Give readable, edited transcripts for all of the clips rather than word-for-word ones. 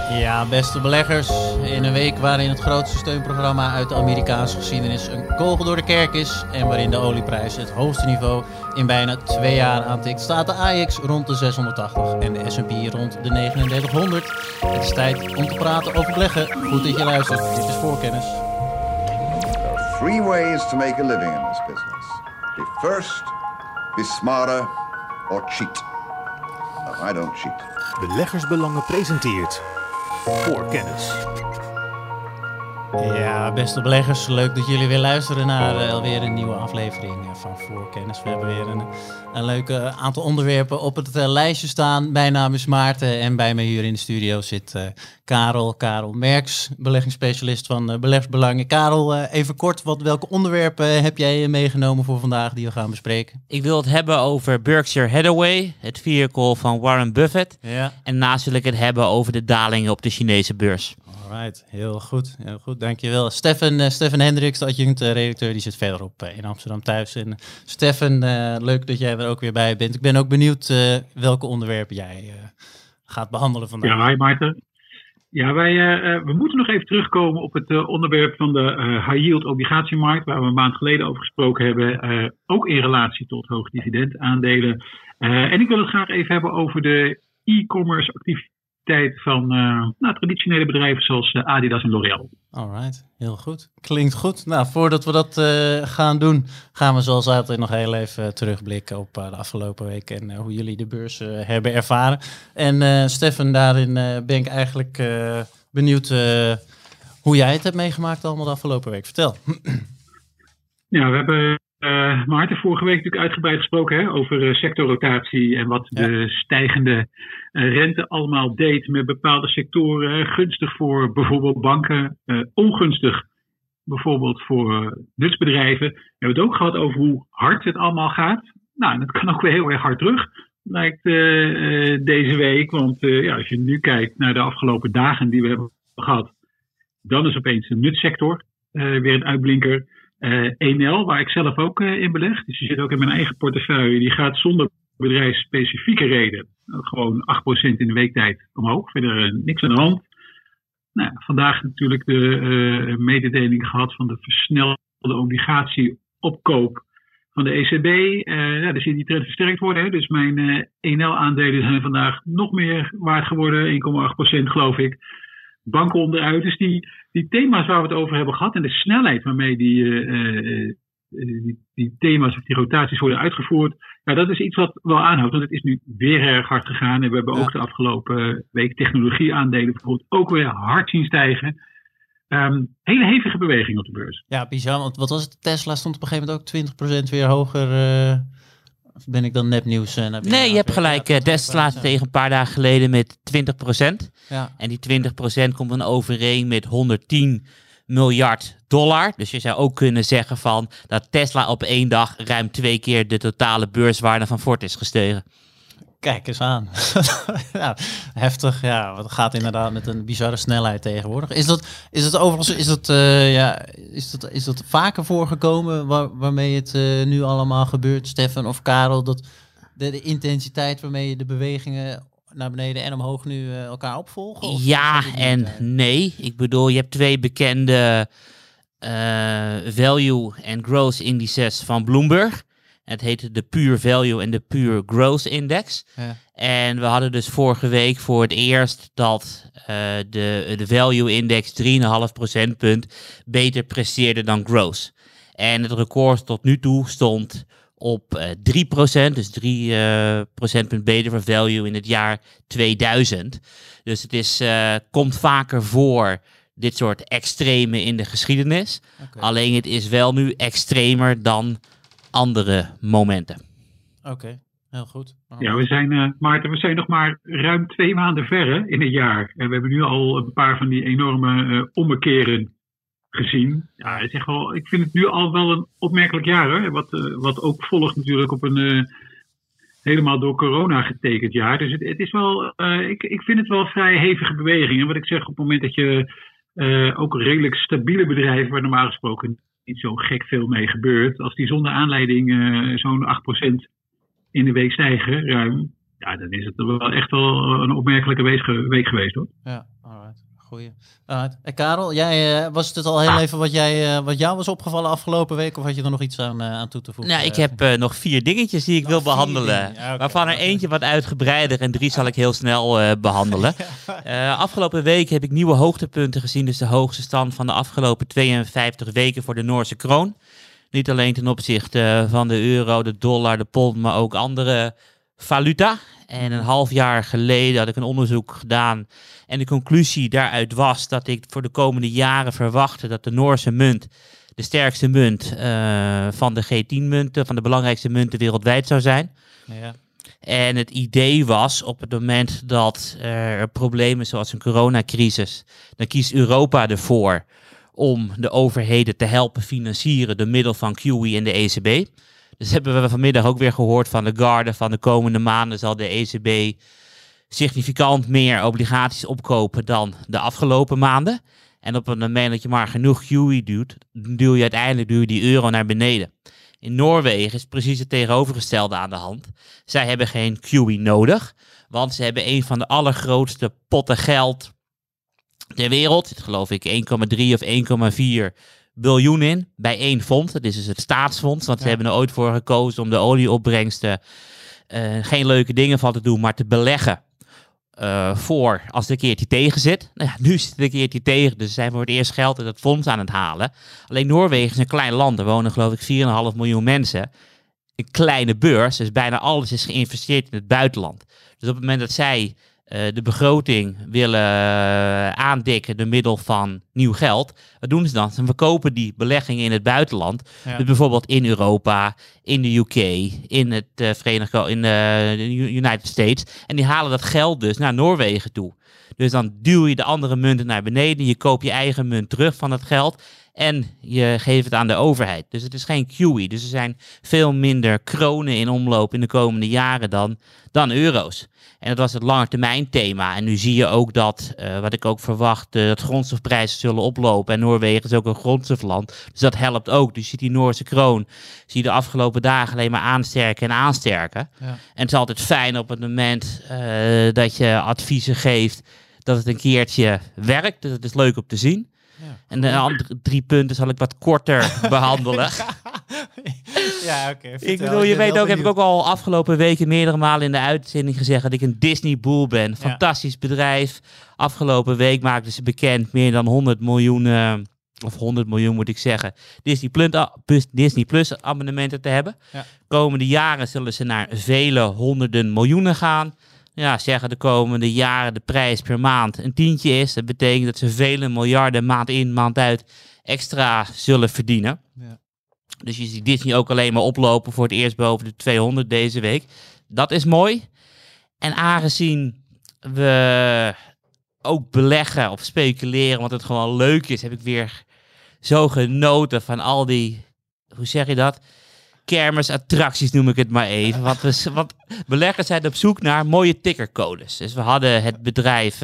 Ja, beste beleggers. In een week waarin het grootste steunprogramma uit de Amerikaanse geschiedenis een kogel door de kerk is en waarin de olieprijs het hoogste niveau in bijna 2 jaar aantikt, staat de AEX rond de 680 en de S&P rond de 3900. Het is tijd om te praten over beleggen. Goed dat je luistert. Dit is Voorkennis. There are 3 ways to make a living in this business. Be first, be smarter, or cheat. No, I don't cheat. Beleggersbelangen presenteert Voorkennis. Ja, beste beleggers, leuk dat jullie weer luisteren naar alweer een nieuwe aflevering van Voorkennis. We hebben weer een leuke aantal onderwerpen op het lijstje staan. Mijn naam is Maarten en bij mij hier in de studio zit Karel Merks, beleggingsspecialist van Beleggersbelangen. Karel, even kort, welke onderwerpen heb jij meegenomen voor vandaag die we gaan bespreken? Ik wil het hebben over Berkshire Hathaway, het vehicle van Warren Buffett. Ja. En naast wil ik het hebben over de dalingen op de Chinese beurs. Alright, heel goed, dankjewel. Stefan Hendricks, de adjunct-redacteur, die zit verderop in Amsterdam thuis. En Stefan, leuk dat jij er ook weer bij bent. Ik ben ook benieuwd welke onderwerpen jij gaat behandelen vandaag. Ja, hi Maarten. Ja, we moeten nog even terugkomen op het onderwerp van de high-yield obligatiemarkt, waar we een maand geleden over gesproken hebben, ook in relatie tot hoogdividendaandelen. En ik wil het graag even hebben over de e-commerce activiteit van traditionele bedrijven zoals Adidas en L'Oréal. Alright, heel goed. Klinkt goed. Nou, voordat we dat gaan doen, gaan we zoals altijd nog heel even terugblikken op de afgelopen week en hoe jullie de beurs hebben ervaren. En Stefan, daarin ben ik eigenlijk benieuwd hoe jij het hebt meegemaakt allemaal de afgelopen week. Vertel. Ja, we hebben Maarten vorige week natuurlijk uitgebreid gesproken over sectorrotatie en wat de stijgende rente allemaal deed met bepaalde sectoren. Gunstig voor bijvoorbeeld banken, ongunstig bijvoorbeeld voor nutsbedrijven. We hebben het ook gehad over hoe hard het allemaal gaat. Nou, dat kan ook weer heel erg hard terug, lijkt deze week. Want als je nu kijkt naar de afgelopen dagen die we hebben gehad, dan is opeens de nutsector weer een uitblinker. Enel, waar ik zelf ook in beleg, dus die zit ook in mijn eigen portefeuille, die gaat zonder bedrijfsspecifieke reden gewoon 8% in de weektijd omhoog. Verder niks aan de hand. Nou, vandaag natuurlijk de mededeling gehad van de versnelde obligatieopkoop van de ECB. Dus zie je die trend versterkt worden. Hè. Dus mijn Enel-aandelen zijn vandaag nog meer waard geworden, 1,8% geloof ik. Banken onderuit. Dus die thema's waar we het over hebben gehad en de snelheid waarmee die thema's of die rotaties worden uitgevoerd, dat is iets wat wel aanhoudt. Want het is nu weer erg hard gegaan. En we hebben ook de afgelopen week technologieaandelen bijvoorbeeld ook weer hard zien stijgen. Hele hevige beweging op de beurs. Ja, bizar. Want wat was het? Tesla stond op een gegeven moment ook 20% weer hoger. Of ben ik dan nepnieuws? Nee, je hebt gelijk. Tesla tegen een paar dagen geleden met 20%. Ja. En die 20% komt dan overeen met $110 miljard. Dus je zou ook kunnen zeggen van dat Tesla op 1 dag ruim 2 keer de totale beurswaarde van Ford is gestegen. Kijk eens aan. Ja, heftig. Ja, het gaat inderdaad met een bizarre snelheid tegenwoordig. Is dat overigens is dat vaker voorgekomen waarmee het nu allemaal gebeurt, Stefan of Karel, dat de intensiteit waarmee je de bewegingen naar beneden en omhoog nu elkaar opvolgen? Of ja en nee. Ik bedoel, je hebt 2 bekende value en growth indices van Bloomberg. Het heette de Pure Value en de Pure Growth Index. Ja. En we hadden dus vorige week voor het eerst dat de Value Index 3,5 procentpunt beter presteerde dan Growth. En het record tot nu toe stond op 3%, dus 3 procentpunt beter voor Value in het jaar 2000. Dus het komt vaker voor dit soort extreme in de geschiedenis. Okay. Alleen het is wel nu extremer dan andere momenten. Oké, heel goed. Ja, Maarten, we zijn nog maar ruim 2 maanden ver in het jaar. En we hebben nu al een paar van die enorme ommekeren gezien. Ja, ik vind het nu al wel een opmerkelijk jaar. Hè? Wat ook volgt natuurlijk op een helemaal door corona getekend jaar. Dus het is wel, ik vind het wel vrij hevige beweging. En wat ik zeg, op het moment dat je ook redelijk stabiele bedrijven, waar normaal gesproken niet zo gek veel mee gebeurt, als die zonder aanleiding zo'n 8% in de week stijgen, ruim, ja, dan is het wel echt wel een opmerkelijke week geweest, hoor. Ja, alright. goeie. Karel, jij was het al heel even wat jou was opgevallen afgelopen week? Of had je er nog iets aan toe te voegen? Nou, ik heb nog 4 dingetjes die ik wil behandelen. Okay, waarvan er eentje wat uitgebreider en 3 zal ik heel snel behandelen. Afgelopen week heb ik nieuwe hoogtepunten gezien. Dus de hoogste stand van de afgelopen 52 weken voor de Noorse kroon. Niet alleen ten opzichte van de euro, de dollar, de pond, maar ook andere valuta. En een half jaar geleden had ik een onderzoek gedaan. En de conclusie daaruit was dat ik voor de komende jaren verwachtte dat de Noorse munt de sterkste munt van de G10-munten, van de belangrijkste munten wereldwijd zou zijn. Ja. En het idee was, op het moment dat er problemen zoals een coronacrisis, dan kiest Europa ervoor om de overheden te helpen financieren door middel van QE en de ECB. Dus hebben we vanmiddag ook weer gehoord van de Garde, van de komende maanden zal de ECB significant meer obligaties opkopen dan de afgelopen maanden. En op het moment dat je maar genoeg QE doet, duw je uiteindelijk die euro naar beneden. In Noorwegen is precies het tegenovergestelde aan de hand. Zij hebben geen QE nodig, want ze hebben een van de allergrootste potten geld ter wereld. Er geloof ik 1,3 of 1,4 biljoen in bij 1 fonds. Dat is dus het staatsfonds, want ze hebben er ooit voor gekozen om de olieopbrengsten geen leuke dingen van te doen, maar te beleggen. Voor als het een keertje tegen zit. Nou ja, nu zit het een keertje tegen, dus ze zijn voor het eerst geld uit het fonds aan het halen. Alleen Noorwegen is een klein land, er wonen geloof ik 4,5 miljoen mensen. Een kleine beurs, dus bijna alles is geïnvesteerd in het buitenland. Dus op het moment dat zij de begroting willen aandikken door middel van nieuw geld, wat doen ze dan? Ze verkopen die beleggingen in het buitenland, dus bijvoorbeeld in Europa, in de UK, in de United States, en die halen dat geld dus naar Noorwegen toe. Dus dan duw je de andere munten naar beneden, je koopt je eigen munt terug van het geld en je geeft het aan de overheid. Dus het is geen QE, dus er zijn veel minder kronen in omloop in de komende jaren dan euro's. En dat was het langetermijn thema. En nu zie je ook dat, wat ik ook verwacht, dat grondstofprijzen zullen oplopen. En Noorwegen is ook een grondstofland. Dus dat helpt ook. Dus je ziet die Noorse kroon, zie je de afgelopen dagen alleen maar aansterken en aansterken. Ja. En het is altijd fijn op het moment dat je adviezen geeft, dat het een keertje werkt. Dus het is leuk om te zien. Ja. En de andere 3 punten zal ik wat korter behandelen. Ja, oké. Ik bedoel, je weet ook, heb ik ook al afgelopen weken meerdere malen in de uitzending gezegd dat ik een Disney Bull ben. Fantastisch bedrijf. Afgelopen week maakten ze bekend meer dan 100 miljoen, of 100 miljoen moet ik zeggen, Disney Plus abonnementen te hebben. Ja. Komende jaren zullen ze naar vele honderden miljoenen gaan. Ja, zeggen de komende jaren de prijs per maand een tientje is. Dat betekent dat ze vele miljarden maand in, maand uit extra zullen verdienen. Ja. Dus je ziet Disney ook alleen maar oplopen voor het eerst boven de 200 deze week. Dat is mooi. En aangezien we ook beleggen of speculeren, want het gewoon leuk is, heb ik weer zo genoten van al die, hoe zeg je dat? Kermisattracties noem ik het maar even. Want beleggers zijn op zoek naar mooie tickercodes. Dus we hadden het bedrijf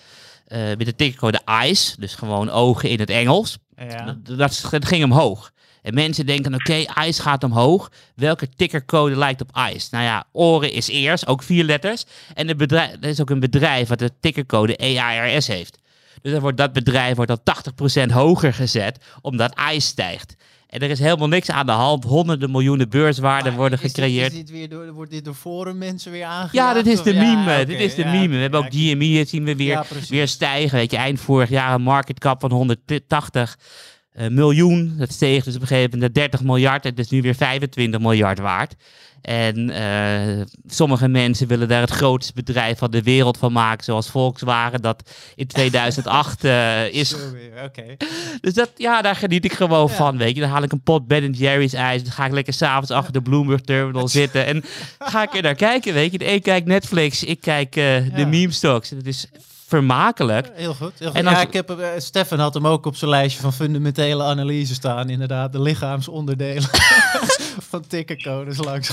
met de tickercode ICE, dus gewoon ogen in het Engels. Ja. Dat ging omhoog. En mensen denken, oké, ICE gaat omhoog. Welke tickercode lijkt op ICE? Nou ja, oren is eerst, ook 4 letters. En er is ook een bedrijf wat de tickercode EARS heeft. Dus dan wordt dat bedrijf al 80% hoger gezet, omdat ICE stijgt. En er is helemaal niks aan de hand. Honderden miljoenen beurswaarden worden gecreëerd. Wordt dit door forum mensen weer aangejaagd? Ja, dit is de meme. Okay, dit is de meme. We hebben ook GME, zien we weer stijgen. Weet je, eind vorig jaar een market cap van 180 miljoen. Dat steeg dus op een gegeven moment naar 30 miljard. Het is nu weer 25 miljard waard. En sommige mensen willen daar het grootste bedrijf van de wereld van maken, zoals Volkswagen, dat in 2008 is. Okay. Dus daar geniet ik gewoon van, weet je. Dan haal ik een pot Ben & Jerry's ijs, dan ga ik lekker s'avonds achter de Bloomberg Terminal zitten en ga ik er naar kijken, weet je. De een kijkt Netflix, ik kijk de meme stocks. Het is vermakelijk. Heel goed. Heel goed. Stefan had hem ook op zijn lijstje van fundamentele analyse staan. Inderdaad, de lichaamsonderdelen van tickercodes langs.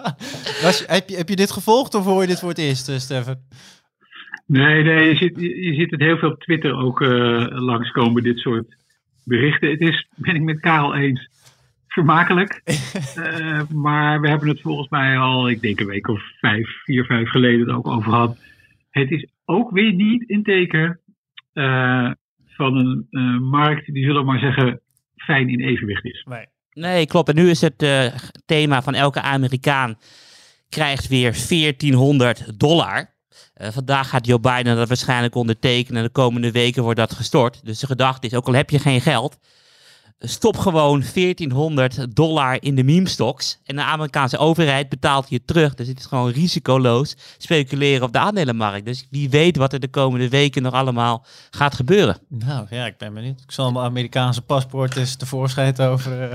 Heb je dit gevolgd of hoor je dit voor het eerst, Stefan? Nee, je ziet het heel veel op Twitter ook langskomen, dit soort berichten. Het is, ben ik met Karel eens, vermakelijk. Maar we hebben het volgens mij al, ik denk een week of 4, 5 geleden er ook over gehad. Het is ook weer niet een teken van een markt die, zullen we maar zeggen, fijn in evenwicht is. Nee, klopt. En nu is het thema van elke Amerikaan krijgt weer $1.400. Vandaag gaat Joe Biden dat waarschijnlijk ondertekenen. De komende weken wordt dat gestort. Dus de gedachte is, ook al heb je geen geld, stop gewoon $1.400 in de meme stocks. En de Amerikaanse overheid betaalt je terug. Dus het is gewoon risicoloos speculeren op de aandelenmarkt. Dus wie weet wat er de komende weken nog allemaal gaat gebeuren. Nou ja, ik ben benieuwd. Ik zal mijn Amerikaanse paspoort eens tevoorschijn toveren.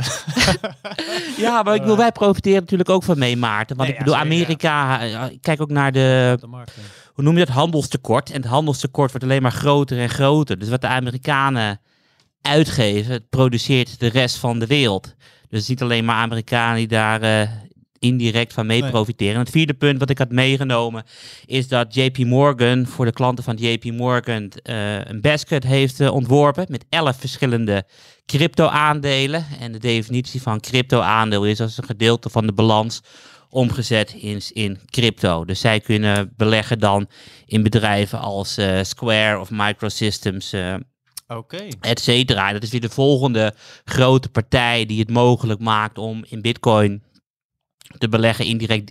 Ja, maar ik wil, wij profiteren natuurlijk ook van mee, Maarten. Want Nee, ik bedoel, ja, zeker, Amerika, kijk ook naar de markt. hoe noem je dat, handelstekort. En het handelstekort wordt alleen maar groter en groter. Dus wat de Amerikanen uitgeven, het produceert de rest van de wereld. Dus niet alleen maar Amerikanen die daar indirect van mee profiteren. En het vierde punt wat ik had meegenomen is dat JP Morgan, voor de klanten van JP Morgan, een basket heeft ontworpen met 11 verschillende crypto-aandelen. En de definitie van crypto-aandeel is als een gedeelte van de balans omgezet in crypto. Dus zij kunnen beleggen dan in bedrijven als Square of Microsystems, et cetera. En dat is weer de volgende grote partij die het mogelijk maakt om in Bitcoin te beleggen,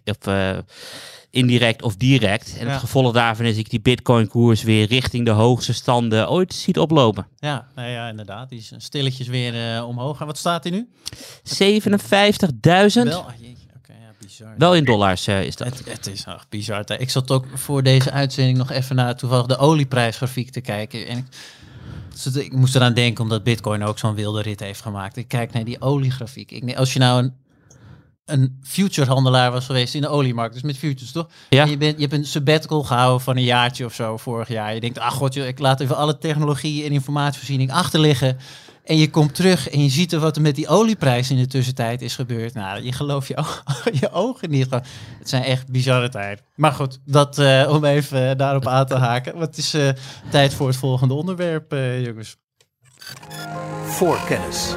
indirect of direct. En het gevolg daarvan is dat die Bitcoin-koers weer richting de hoogste standen ooit ziet oplopen. Ja, nou ja, inderdaad. Die is stilletjes weer omhoog. En wat staat hij nu? 57.000. Wel, bizar. Wel in dollars is dat. Het is echt bizar. Ik zat ook voor deze uitzending nog even naar toevallig de olieprijsgrafiek te kijken. En ik moest eraan denken omdat Bitcoin ook zo'n wilde rit heeft gemaakt. Ik kijk naar die oliegrafiek. Als je nou een future-handelaar was geweest in de oliemarkt, dus met futures, toch? Ja. En je hebt een sabbatical gehouden van een jaartje of zo vorig jaar. Je denkt, god, ik laat even alle technologie en informatievoorziening achterliggen. En je komt terug en je ziet er wat er met die olieprijs in de tussentijd is gebeurd. Nou, je gelooft je ogen niet. Het zijn echt bizarre tijden. Maar goed, dat om even daarop aan te haken. Wat is tijd voor het volgende onderwerp, jongens? Voorkennis.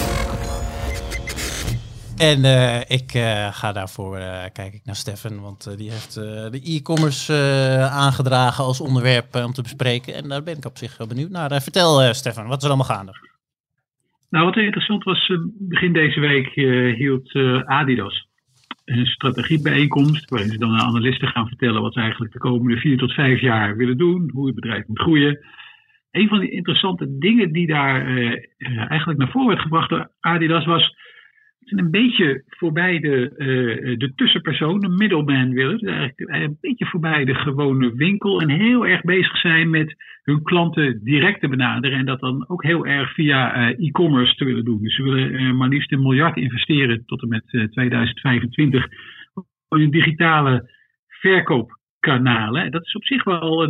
En ik ga daarvoor, kijk ik naar Stefan, want die heeft de e-commerce aangedragen als onderwerp om te bespreken. En daar ben ik op zich benieuwd naar. Vertel Stefan, wat is er allemaal gaande? Nou, wat interessant was, begin deze week hield Adidas een strategiebijeenkomst, waarin ze dan aan analisten gaan vertellen wat ze eigenlijk de komende 4 tot 5 jaar willen doen, hoe het bedrijf moet groeien. Een van die interessante dingen die daar eigenlijk naar voren werd gebracht door Adidas was, een beetje voorbij de tussenpersoon, de middleman willen. Dus eigenlijk een beetje voorbij de gewone winkel. En heel erg bezig zijn met hun klanten direct te benaderen. En dat dan ook heel erg via e-commerce te willen doen. Dus ze willen maar liefst $1 miljard investeren tot en met 2025 in digitale verkoopkanalen. Dat is op zich wel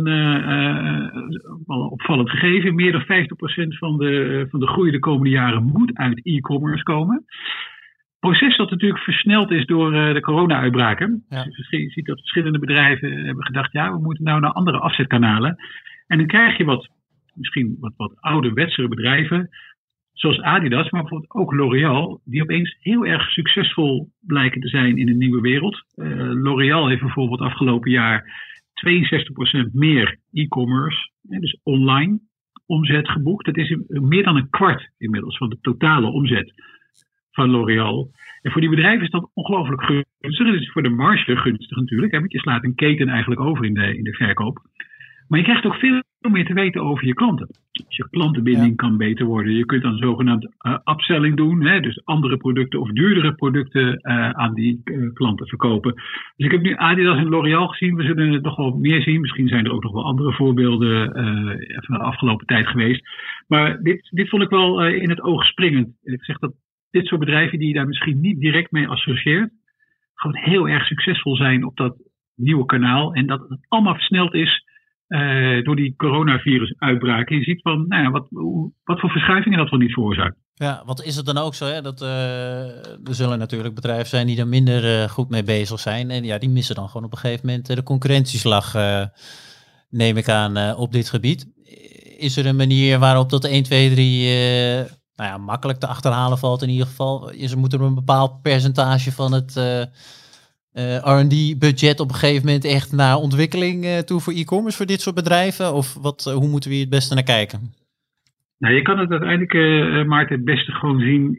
wel opvallend gegeven. Meer dan 50% van de groei de komende jaren moet uit e-commerce komen. Proces dat natuurlijk versneld is door de corona-uitbraken. Ja. Dus je ziet dat verschillende bedrijven hebben gedacht, we moeten nou naar andere afzetkanalen. En dan krijg je misschien wat ouderwetsere bedrijven, zoals Adidas, maar bijvoorbeeld ook L'Oréal, die opeens heel erg succesvol blijken te zijn in een nieuwe wereld. L'Oréal heeft bijvoorbeeld afgelopen jaar 62% meer e-commerce, dus online omzet geboekt. Dat is meer dan 1/4 inmiddels van de totale omzet van L'Oréal. En voor die bedrijven is dat ongelooflijk gunstig. Het is voor de marge gunstig natuurlijk. Want je slaat een keten eigenlijk over in de verkoop. Maar je krijgt ook veel meer te weten over je klanten. Dus je klantenbinding kan beter worden. Je kunt dan zogenaamd upselling doen. Dus andere producten of duurdere producten aan die klanten verkopen. Dus ik heb nu Adidas en L'Oréal gezien. We zullen het nog wel meer zien. Misschien zijn er ook nog wel andere voorbeelden van de afgelopen tijd geweest. Maar dit vond ik wel in het oog springend. Ik zeg dat dit soort bedrijven die je daar misschien niet direct mee associeert, gewoon heel erg succesvol zijn op dat nieuwe kanaal. En dat het allemaal versneld is door die coronavirus-uitbraak. En je ziet van, wat voor verschuivingen dat wel niet veroorzaakt. Ja, want is het dan ook zo, dat er zullen natuurlijk bedrijven zijn die daar minder goed mee bezig zijn. En die missen dan gewoon op een gegeven moment de concurrentieslag, neem ik aan, op dit gebied. Is er een manier waarop dat 1, 2, 3... makkelijk te achterhalen valt in ieder geval. Moet er een bepaald percentage van het R&D-budget op een gegeven moment echt naar ontwikkeling toe voor e-commerce voor dit soort bedrijven? Of hoe moeten we hier het beste naar kijken? Nou, je kan het uiteindelijk, Maarten, het beste gewoon zien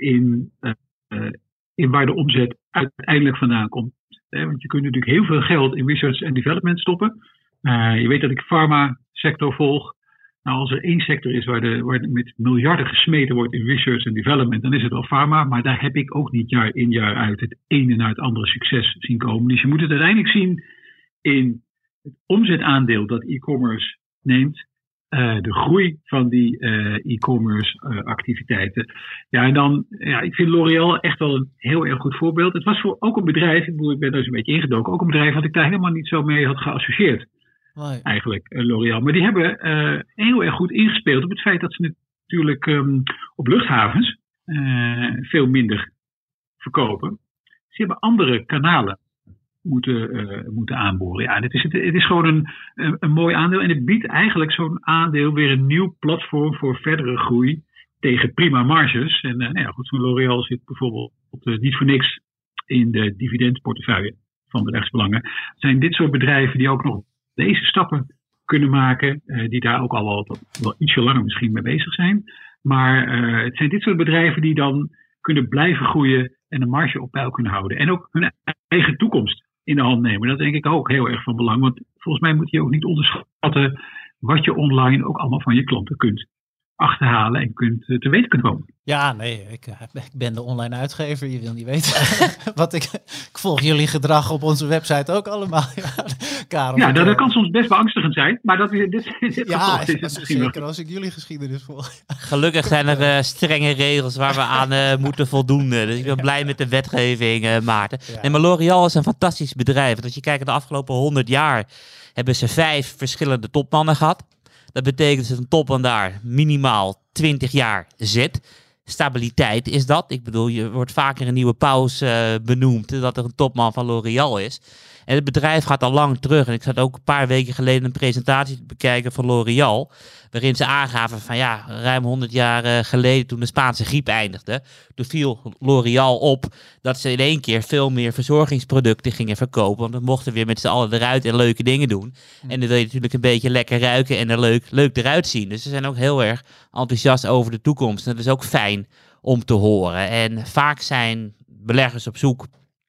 in waar de omzet uiteindelijk vandaan komt. Want je kunt natuurlijk heel veel geld in research en development stoppen. Je weet dat ik pharma-sector volg. Nou, als er één sector is waar met miljarden gesmeten wordt in research en development, dan is het wel pharma. Maar daar heb ik ook niet jaar in jaar uit het ene naar het andere succes zien komen. Dus je moet het uiteindelijk zien in het omzetaandeel dat e-commerce neemt. De groei van die e-commerce activiteiten. Ja, en dan, ik vind L'Oréal echt wel een heel erg goed voorbeeld. Het was voor ook een bedrijf, ik ben daar eens een beetje ingedoken, ook een bedrijf wat ik daar helemaal niet zo mee had geassocieerd. Nee. Eigenlijk, L'Oréal. Maar die hebben heel erg goed ingespeeld op het feit dat ze natuurlijk op luchthavens veel minder verkopen. Ze hebben andere kanalen moeten aanboren. Ja, het is gewoon een mooi aandeel. En het biedt eigenlijk zo'n aandeel weer een nieuw platform voor verdere groei tegen prima marges. En goed, zo'n L'Oréal zit bijvoorbeeld niet voor niks in de dividendportefeuille van bedrijfsbelangen. Het zijn dit soort bedrijven die ook nog deze stappen kunnen maken, die daar ook al wel ietsje langer misschien mee bezig zijn. Maar het zijn dit soort bedrijven die dan kunnen blijven groeien en de marge op peil kunnen houden. En ook hun eigen toekomst in de hand nemen. Dat denk ik ook heel erg van belang. Want volgens mij moet je ook niet onderschatten wat je online ook allemaal van je klanten kunt achterhalen en te weten kunt komen. Ja, nee, ik ben de online uitgever. Je wil niet weten wat ik volg jullie gedrag op onze website ook allemaal. Karel, ja, dat kan soms best beangstigend zijn, maar dat is dit ja, zeker als ik jullie geschiedenis volg. Gelukkig zijn er strenge regels waar we aan moeten voldoen. Dus ik ben blij met de wetgeving, Maarten. Ja. Nee, maar L'Oréal is een fantastisch bedrijf. Want als je kijkt naar de afgelopen 100 jaar, hebben ze 5 verschillende topmannen gehad. Dat betekent dat een topman daar minimaal 20 jaar zit. Stabiliteit is dat. Ik bedoel, je wordt vaker een nieuwe paus benoemd dat er een topman van L'Oréal is. En het bedrijf gaat al lang terug. En ik zat ook een paar weken geleden een presentatie te bekijken van L'Oréal, waarin ze aangaven van ruim 100 jaar geleden, toen de Spaanse griep eindigde, toen viel L'Oréal op dat ze in één keer veel meer verzorgingsproducten gingen verkopen. Want we mochten weer met z'n allen eruit en leuke dingen doen. En dan wil je natuurlijk een beetje lekker ruiken en er leuk eruit zien. Dus ze zijn ook heel erg enthousiast over de toekomst. En dat is ook fijn om te horen. En vaak zijn beleggers op zoek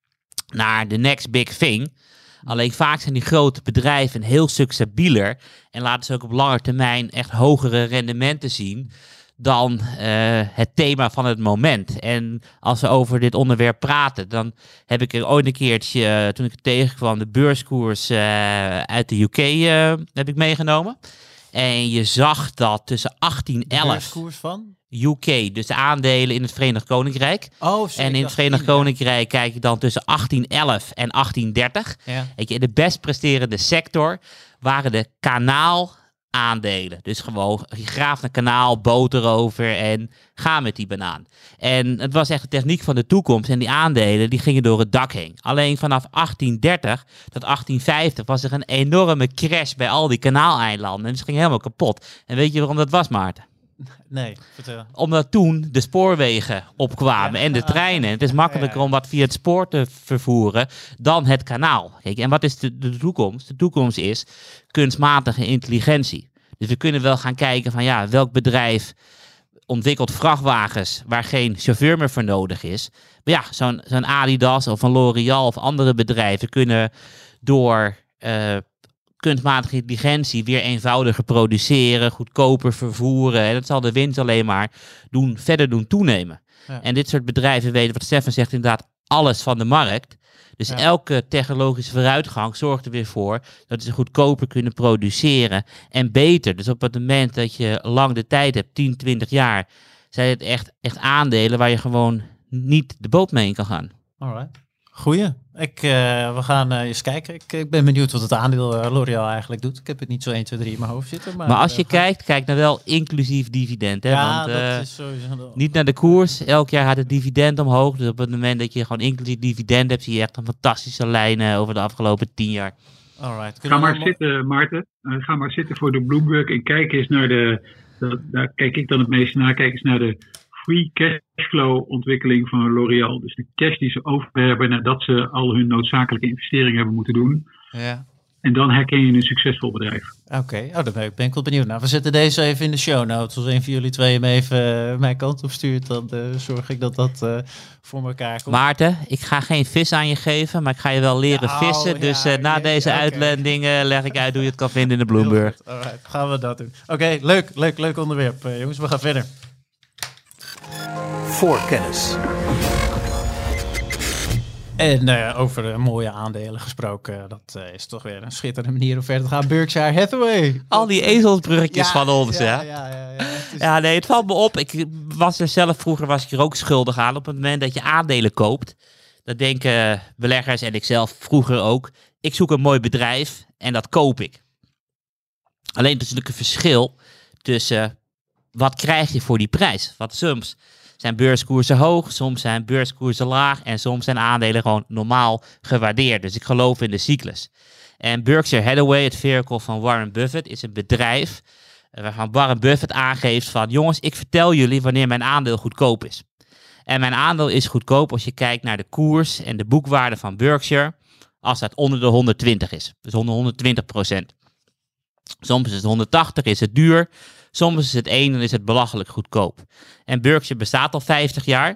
naar de next big thing. Alleen vaak zijn die grote bedrijven heel stuk stabieler en laten ze ook op lange termijn echt hogere rendementen zien dan het thema van het moment. En als we over dit onderwerp praten, dan heb ik er ooit een keertje, toen ik het tegenkwam, de beurskoers uit de UK heb ik meegenomen. En je zag dat tussen 1811... De beurskoers van? UK, dus de aandelen in het Verenigd Koninkrijk. Oh, zeker. En in het Verenigd Koninkrijk kijk je dan tussen 1811 en 1830. Ja. Weet je, de best presterende sector waren de kanaalaandelen. Dus gewoon, je graaft een kanaal, boot erover en ga met die banaan. En het was echt de techniek van de toekomst. En die aandelen die gingen door het dak heen. Alleen vanaf 1830 tot 1850 was er een enorme crash bij al die kanaaleilanden. En ze gingen helemaal kapot. En weet je waarom dat was, Maarten? Nee, vertel. Omdat toen de spoorwegen opkwamen en de treinen. Het is makkelijker om wat via het spoor te vervoeren dan het kanaal. Kijk, en wat is de toekomst? De toekomst is kunstmatige intelligentie. Dus we kunnen wel gaan kijken van welk bedrijf ontwikkelt vrachtwagens waar geen chauffeur meer voor nodig is. Maar zo'n Adidas of een L'Oréal of andere bedrijven kunnen door kunstmatige intelligentie weer eenvoudiger produceren, goedkoper vervoeren. En dat zal de winst alleen maar verder doen toenemen. Ja. En dit soort bedrijven weten, wat Stefan zegt, inderdaad alles van de markt. Dus elke technologische vooruitgang zorgt er weer voor dat ze goedkoper kunnen produceren en beter. Dus op het moment dat je lang de tijd hebt, 10, 20 jaar, zijn het echt aandelen waar je gewoon niet de boot mee in kan gaan. Alright. Goeie. We gaan eens kijken. Ik ben benieuwd wat het aandeel L'Oréal eigenlijk doet. Ik heb het niet zo 1, 2, 3 in mijn hoofd zitten. Maar als je kijk naar wel inclusief dividend. Hè? Ja, want, dat is sowieso... Niet naar de koers. Elk jaar gaat het dividend omhoog. Dus op het moment dat je gewoon inclusief dividend hebt, zie je echt een fantastische lijn over de afgelopen 10 jaar. Alright. Ga maar zitten, Maarten. Ga maar zitten voor de Bloomberg en kijk eens naar daar kijk ik dan het meeste naar. Kijk eens naar de free cashflow ontwikkeling van L'Oréal. Dus de cash die ze over hebben nadat ze al hun noodzakelijke investeringen hebben moeten doen. Ja. En dan herken je een succesvol bedrijf. Oké, daar ben ik wel benieuwd naar. We zetten deze even in de show notes. Als een van jullie twee hem even mijn kant op stuurt, dan zorg ik dat dat voor elkaar komt. Maarten, ik ga geen vis aan je geven, maar ik ga je wel leren vissen. Dus na deze uitleiding leg ik uit hoe je het kan vinden in de Bloomberg. Alright, gaan we dat doen. Oké, leuk onderwerp. Jongens, we gaan verder. Voorkennis. En over mooie aandelen gesproken, dat is toch weer een schitterende manier om verder te gaan. Berkshire Hathaway. Al die ezelsbruggetjes van ons, hè? Ja, Nee, het valt me op. Ik was er zelf, vroeger was ik er ook schuldig aan. Op het moment dat je aandelen koopt, dat denken beleggers en ik zelf vroeger ook. Ik zoek een mooi bedrijf en dat koop ik. Alleen er is natuurlijk een verschil tussen wat krijg je voor die prijs. Want soms zijn beurskoersen hoog, soms zijn beurskoersen laag en soms zijn aandelen gewoon normaal gewaardeerd. Dus ik geloof in de cyclus. En Berkshire Hathaway, het vehicle van Warren Buffett, is een bedrijf waarvan Warren Buffett aangeeft van jongens, ik vertel jullie wanneer mijn aandeel goedkoop is. En mijn aandeel is goedkoop als je kijkt naar de koers en de boekwaarde van Berkshire, als dat onder de 120 is. Dus onder 120%. Soms is het 180, is het duur. Soms is het 1 en is het belachelijk goedkoop. En Berkshire bestaat al 50 jaar.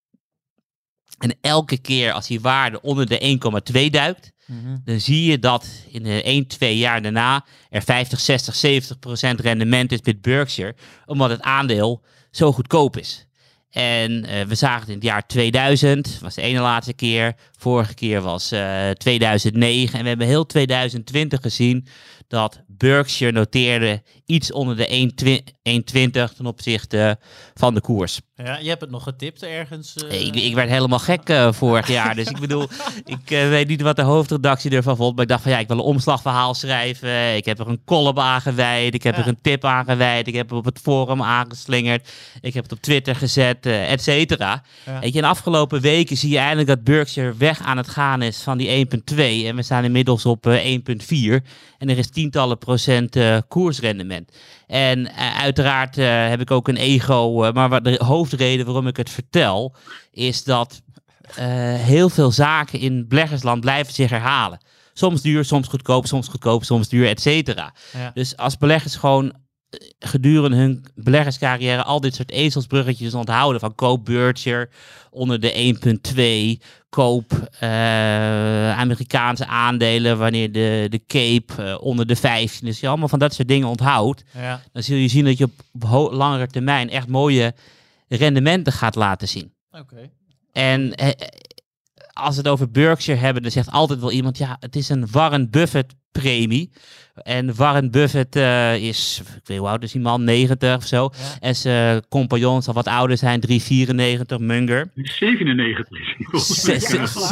En elke keer als die waarde onder de 1,2 duikt, dan zie je dat in de 1, 2 jaar daarna er 50, 60, 70% rendement is met Berkshire, omdat het aandeel zo goedkoop is. En we zagen het in het jaar 2000, was de ene laatste keer. Vorige keer was 2009. En we hebben heel 2020 gezien dat Berkshire noteerde iets onder de 1,20 ten opzichte van de koers. Ja, je hebt het nog getipt ergens. Ik werd helemaal gek vorig jaar. Dus ik bedoel, ik weet niet wat de hoofdredactie ervan vond. Maar ik dacht van ja, ik wil een omslagverhaal schrijven. Ik heb er een column aan gewijd. Ik heb er een tip aan gewijd. Ik heb het op het forum aangeslingerd. Ik heb het op Twitter gezet, et cetera. Ja. Weet je, in de afgelopen weken zie je eindelijk dat Berkshire weg aan het gaan is van die 1,2. En we staan inmiddels op 1,4. En er is tientallen procent koersrendement. En uiteraard heb ik ook een ego. Maar de hoofdreden waarom ik het vertel, is dat heel veel zaken in beleggersland blijven zich herhalen. Soms duur, soms goedkoop, soms duur, et cetera. Ja. Dus als beleggers gewoon gedurende hun beleggerscarrière al dit soort ezelsbruggetjes onthouden. Van koop Berkshire onder de 1,2. Koop Amerikaanse aandelen wanneer de Cape onder de 15. Dus je allemaal van dat soort dingen onthoudt. Ja. Dan zul je zien dat je op langere termijn echt mooie rendementen gaat laten zien. Okay. En als we het over Berkshire hebben, dan zegt altijd wel iemand, ja, het is een Warren Buffett premie. En Warren Buffett is, ik weet hoe oud is die man, 90 of zo. Ja. En zijn compagnon zal wat ouder zijn, 394, Munger. 97 is hij.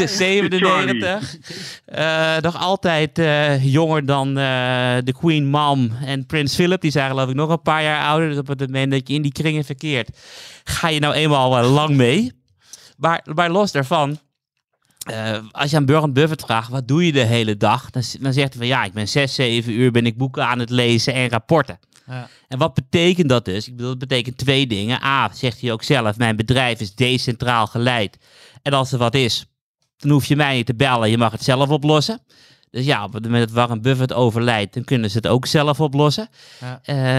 97. Nog altijd jonger dan de Queen Mom en Prins Philip. Die zijn geloof ik nog een paar jaar ouder. Dus op het moment dat je in die kringen verkeert, ga je nou eenmaal lang mee. Maar los daarvan, als je aan Warren Buffett vraagt, wat doe je de hele dag? Dan zegt hij van ja, ik ben 6, 7 uur ben ik boeken aan het lezen en rapporten. Ja. En wat betekent dat dus? Ik bedoel, dat betekent 2 dingen. A, zegt hij ook zelf, mijn bedrijf is decentraal geleid. En als er wat is, dan hoef je mij niet te bellen, je mag het zelf oplossen. Dus ja, op het moment dat Warren Buffett overlijdt, dan kunnen ze het ook zelf oplossen. Ja.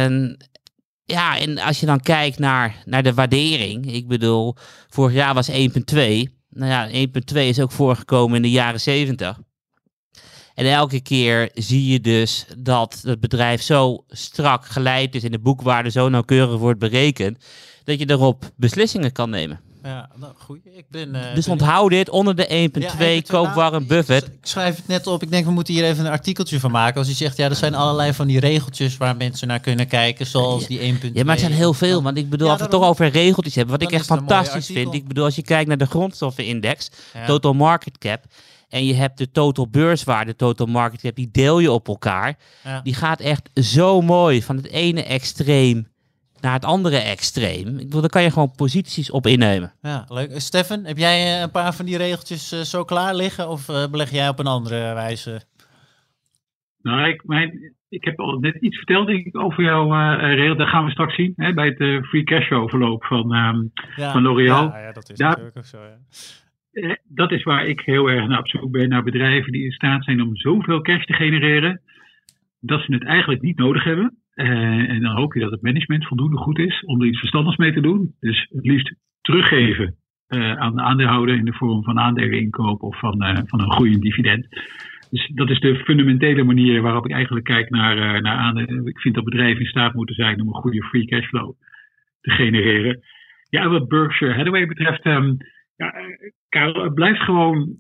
En als je dan kijkt naar de waardering, ik bedoel, vorig jaar was 1,2. Nou ja, 1,2 is ook voorgekomen in de jaren 70. En elke keer zie je dus dat het bedrijf zo strak geleid is en de boekwaarde zo nauwkeurig wordt berekend, dat je erop beslissingen kan nemen. Ja, nou goed. Dus onthoud dit, onder de 1,2 koop Warren Buffett. Ik schrijf het net op. Ik denk, we moeten hier even een artikeltje van maken. Als je zegt, ja, er zijn allerlei van die regeltjes waar mensen naar kunnen kijken, zoals die 1,2. Ja, maar het zijn heel veel. Want ik bedoel, als we het toch over regeltjes hebben, wat ik echt fantastisch vind. Ik bedoel, als je kijkt naar de grondstoffenindex, total market cap, en je hebt de total beurswaarde, total market cap, die deel je op elkaar. Ja. Die gaat echt zo mooi van het ene extreem naar het andere extreem. Ik bedoel, daar kan je gewoon posities op innemen. Ja, leuk. Stefan, heb jij een paar van die regeltjes zo klaar liggen? Of beleg jij op een andere wijze? Nou, ik heb al net iets verteld denk ik, over jouw rail. Dat gaan we straks zien hè, bij het free cash flow verloop van L'Oréal. Ja, dat is natuurlijk ook zo. Ja. Dat is waar ik heel erg naar op zoek ben. Naar bedrijven die in staat zijn om zoveel cash te genereren. Dat ze het eigenlijk niet nodig hebben. En dan hoop je dat het management voldoende goed is om er iets verstandigs mee te doen. Dus het liefst teruggeven aan de aandeelhouder in de vorm van aandeleninkoop of van een groeiend dividend. Dus dat is de fundamentele manier waarop ik eigenlijk kijk naar aandelen. Ik vind dat bedrijven in staat moeten zijn om een goede free cash flow te genereren. Ja, wat Berkshire Hathaway betreft, Karel, het blijft gewoon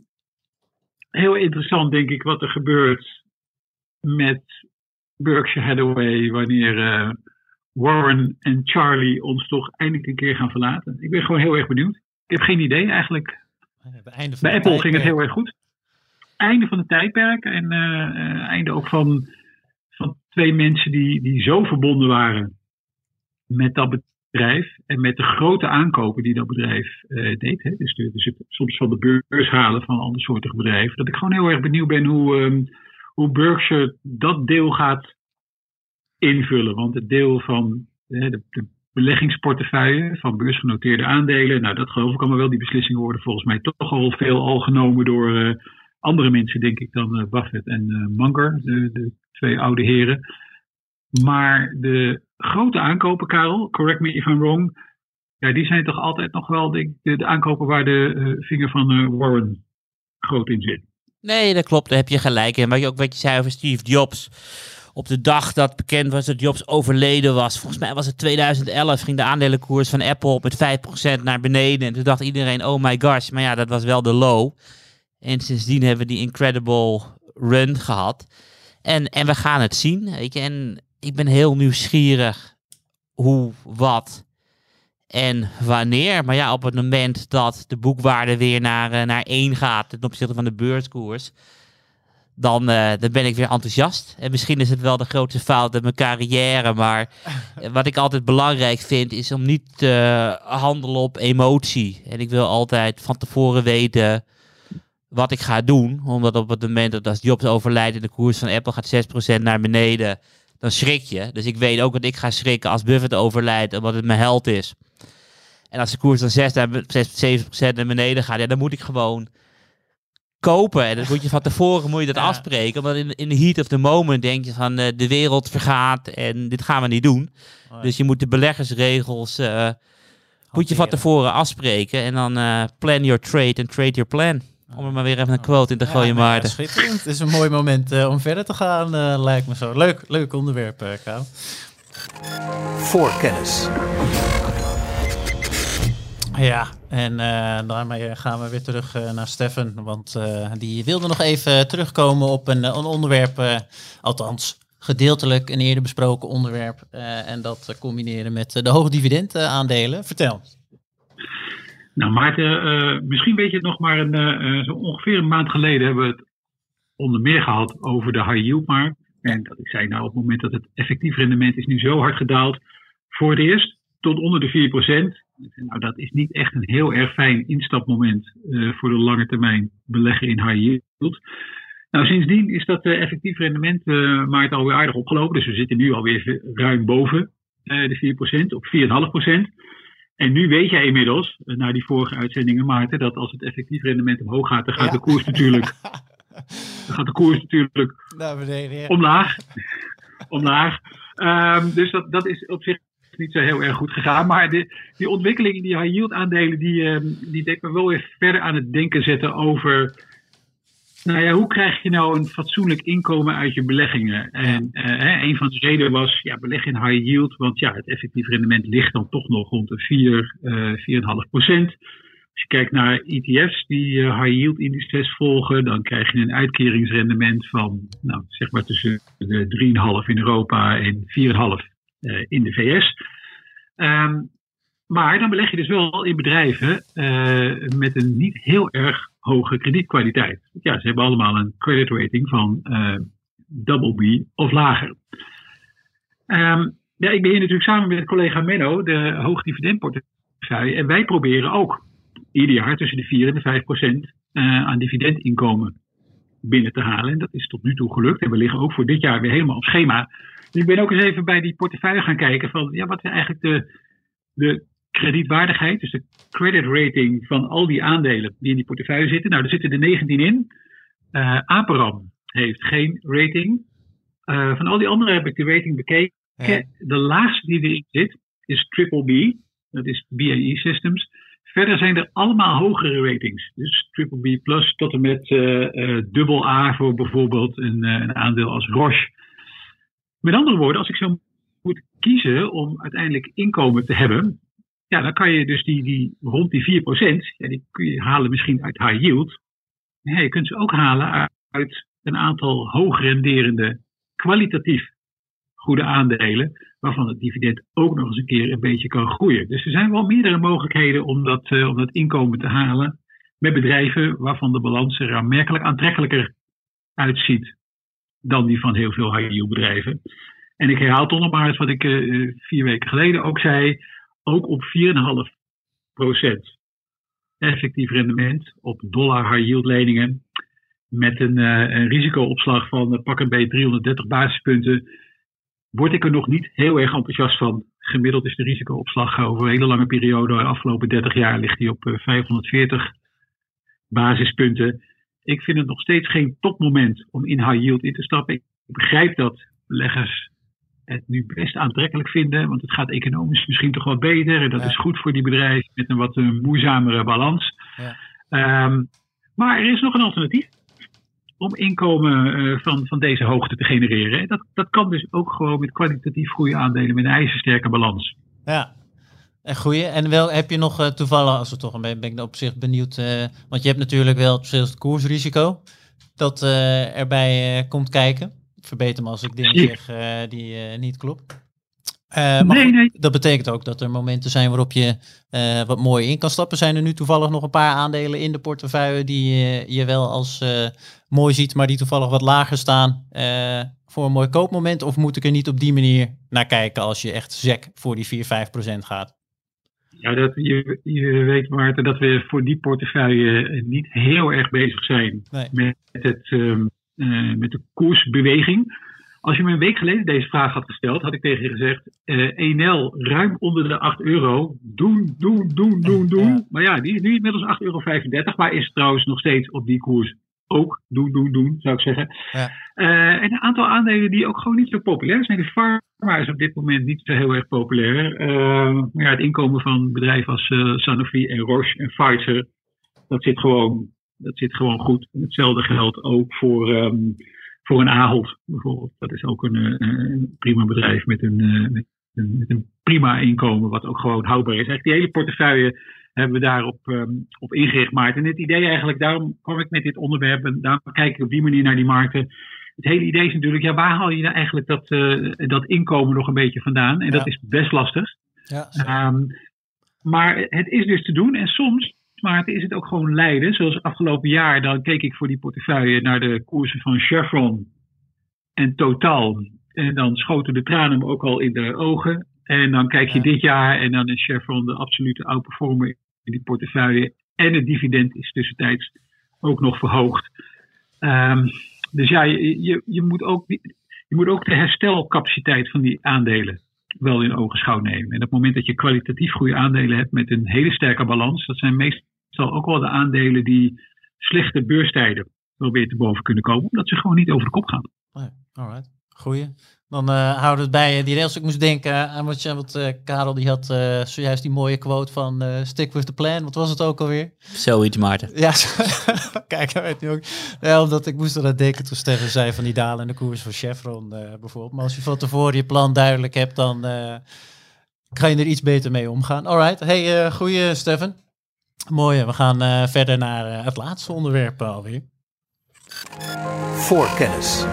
heel interessant, denk ik, wat er gebeurt met Berkshire Hathaway wanneer Warren en Charlie ons toch eindelijk een keer gaan verlaten. Ik ben gewoon heel erg benieuwd. Ik heb geen idee eigenlijk. Bij Apple ging het heel erg goed. Einde van het tijdperk en einde ook van twee mensen die zo verbonden waren met dat bedrijf en met de grote aankopen die dat bedrijf deed. Hè. Dus soms van de beurs halen van andere soorten bedrijven. Dat ik gewoon heel erg benieuwd ben hoe Berkshire dat deel gaat invullen. Want het deel van de beleggingsportefeuille van beursgenoteerde aandelen, nou dat geloof ik allemaal wel. Die beslissingen worden volgens mij toch al veel genomen door andere mensen, denk ik, dan Buffett en Munger, de twee oude heren. Maar de grote aankopen, Karel, correct me if I'm wrong, ja, die zijn toch altijd nog wel de aankopen waar de vinger van Warren groot in zit. Nee, dat klopt, daar heb je gelijk in. Maar ook wat je zei over Steve Jobs. Op de dag dat bekend was dat Jobs overleden was, volgens mij was het 2011, ging de aandelenkoers van Apple met 5% naar beneden. En toen dacht iedereen, oh my gosh, maar ja, dat was wel de low. En sindsdien hebben we die incredible run gehad. En we gaan het zien, weet je. En ik ben heel nieuwsgierig hoe, wat en wanneer. Maar ja, op het moment dat de boekwaarde weer naar 1 gaat ten opzichte van de beurskoers, dan ben ik weer enthousiast. En misschien is het wel de grootste fout in mijn carrière. Maar wat ik altijd belangrijk vind, is om niet te handelen op emotie. En ik wil altijd van tevoren weten wat ik ga doen. Omdat op het moment dat als Jobs overlijdt en de koers van Apple gaat 6% naar beneden, dan schrik je. Dus ik weet ook dat ik ga schrikken als Buffett overlijdt, omdat het mijn held is. En als de koers dan 7% naar beneden gaat, ja, dan moet ik gewoon kopen. En dan moet je van tevoren dat afspreken. Omdat in de heat of the moment denk je van de wereld vergaat en dit gaan we niet doen. Dus je moet de beleggersregels moet je van tevoren afspreken. En dan plan your trade and trade your plan. Om er maar weer even een quote in te gooien, Maarten. Schitterend. Het is een mooi moment om verder te gaan, lijkt me zo. Leuk onderwerp, Karel. Voorkennis. Ja, en daarmee gaan we weer terug naar Stefan. Want die wilde nog even terugkomen op een onderwerp, althans gedeeltelijk een eerder besproken onderwerp. En dat combineren met de hoogdividend aandelen. Vertel. Nou Maarten, misschien weet je het nog, maar zo ongeveer een maand geleden hebben we het onder meer gehad over de high yield markt. En dat ik zei, nou op het moment dat het effectief rendement is nu zo hard gedaald, voor het eerst tot onder de 4%. Nou, dat is niet echt een heel erg fijn instapmoment voor de lange termijn belegger in high yield. Nou, sindsdien is dat effectief rendement Maarten alweer aardig opgelopen. Dus we zitten nu alweer ruim boven de 4%, op 4,5%. En nu weet jij inmiddels, na die vorige uitzendingen Maarten, dat als het effectief rendement omhoog gaat, dan gaat de koers natuurlijk naar beneden, ja. omlaag. Dus dat is op zich niet zo heel erg goed gegaan. Maar die ontwikkeling in die high yield aandelen, die deed me wel weer verder aan het denken zetten over, nou ja, hoe krijg je nou een fatsoenlijk inkomen uit je beleggingen? En een van de redenen was, ja, beleg in high yield, want ja, het effectief rendement ligt dan toch nog rond de 4,5%. Als je kijkt naar ETF's die high yield indices volgen, dan krijg je een uitkeringsrendement van, nou, zeg maar tussen de 3,5 in Europa en 4,5 in de VS. Maar dan beleg je dus wel in bedrijven met een niet heel erg hoge kredietkwaliteit. Ja, ze hebben allemaal een credit rating van BB of lager. Ja, ik ben hier natuurlijk samen met collega Menno de hoogdividendportefeuille. En wij proberen ook ieder jaar tussen de 4 en de 5% aan dividendinkomen binnen te halen. En dat is tot nu toe gelukt. En we liggen ook voor dit jaar weer helemaal op schema. Dus ik ben ook eens even bij die portefeuille gaan kijken van wat is eigenlijk de kredietwaardigheid, dus de credit rating van al die aandelen die in die portefeuille zitten. Nou, er zitten er 19 in. Aperam heeft geen rating. Van al die anderen heb ik de rating bekeken. Ja. De laagste die erin zit is BBB. Dat is BAE Systems. Verder zijn er allemaal hogere ratings. Dus BBB plus tot en met AA voor bijvoorbeeld een aandeel als Roche. Met andere woorden, als ik zo moet kiezen om uiteindelijk inkomen te hebben, ja, dan kan je dus die rond die 4%, die kun je halen misschien uit high yield. Ja, je kunt ze ook halen uit een aantal hoog renderende, kwalitatief goede aandelen, waarvan het dividend ook nog eens een keer een beetje kan groeien. Dus er zijn wel meerdere mogelijkheden om dat inkomen te halen met bedrijven waarvan de balans er aanmerkelijk aantrekkelijker uitziet dan die van heel veel high yield bedrijven. En ik herhaal toch nog maar eens wat ik 4 weken geleden ook zei, ook op 4,5% effectief rendement op dollar high yield leningen met een risicoopslag van pak een beetje 330 basispunten, word ik er nog niet heel erg enthousiast van. Gemiddeld is de risicoopslag over een hele lange periode, de afgelopen 30 jaar ligt die op 540 basispunten. Ik vind het nog steeds geen topmoment om in high yield in te stappen. Ik begrijp dat beleggers het nu best aantrekkelijk vinden, want het gaat economisch misschien toch wat beter en dat is goed voor die bedrijven met een wat moeizamere balans. Ja. Maar er is nog een alternatief om inkomen van deze hoogte te genereren. Dat kan dus ook gewoon met kwalitatief goede aandelen met een ijzersterke balans. Ja, en goeie. En wel heb je nog toevallig, als we toch ben ik op zich benieuwd, want je hebt natuurlijk wel het koersrisico dat erbij komt kijken. Verbeter me als ik dingen zeg die niet klopt. Nee. Dat betekent ook dat er momenten zijn waarop je wat mooi in kan stappen. Zijn er nu toevallig nog een paar aandelen in de portefeuille die je wel als mooi ziet, maar die toevallig wat lager staan voor een mooi koopmoment? Of moet ik er niet op die manier naar kijken als je echt zek voor die 4-5% gaat? Ja, je weet, Maarten, dat we voor die portefeuille niet heel erg bezig zijn met de koersbeweging. Als je me een week geleden deze vraag had gesteld, had ik tegen je gezegd, ENL ruim onder de €8. Doen. Ja. Maar ja, die is nu inmiddels €8,35, maar is trouwens nog steeds op die koers ook doen, zou ik zeggen. Ja. En een aantal aandelen die ook gewoon niet zo populair zijn. De pharma is op dit moment niet zo heel erg populair. Maar ja, het inkomen van bedrijven als Sanofi en Roche en Pfizer, dat zit gewoon goed. En hetzelfde geldt ook voor een Ahold bijvoorbeeld. Dat is ook een prima bedrijf met een prima inkomen, wat ook gewoon houdbaar is. Eigenlijk die hele portefeuille hebben we daarop op ingericht, Maarten. En het idee eigenlijk, daarom kwam ik met dit onderwerp en daarom kijk ik op die manier naar die markten. Het hele idee is natuurlijk, ja, waar haal je nou eigenlijk dat inkomen nog een beetje vandaan? En dat is best lastig. Ja, maar het is dus te doen en soms, Maarten, is het ook gewoon lijden. Zoals afgelopen jaar, dan keek ik voor die portefeuille naar de koersen van Chevron en Total. En dan schoten de tranen me ook al in de ogen. En dan kijk je dit jaar en dan is Chevron de absolute outperformer in die portefeuille. En het dividend is tussentijds ook nog verhoogd. Dus ja, je moet ook de herstelcapaciteit van die aandelen wel in ogenschouw nemen. En op het moment dat je kwalitatief goede aandelen hebt met een hele sterke balans, dat zijn meestal ook wel de aandelen die slechte beurstijden wel weer te boven kunnen komen, omdat ze gewoon niet over de kop gaan. Alright, goeie. Dan houden we het bij die rails. Ik moest denken aan wat Karel die had zojuist die mooie quote van stick with the plan. Wat was het ook alweer? Zoiets, Maarten. Ja, kijk, hij weet nu ook. Ja, omdat ik moest eraan denken toen Stefan zei van die dalende koers van Chevron bijvoorbeeld. Maar als je van tevoren je plan duidelijk hebt, dan kan je er iets beter mee omgaan. Alright, hey, goeie Stefan. Mooi, we gaan verder naar het laatste onderwerp alweer. Voorkennis.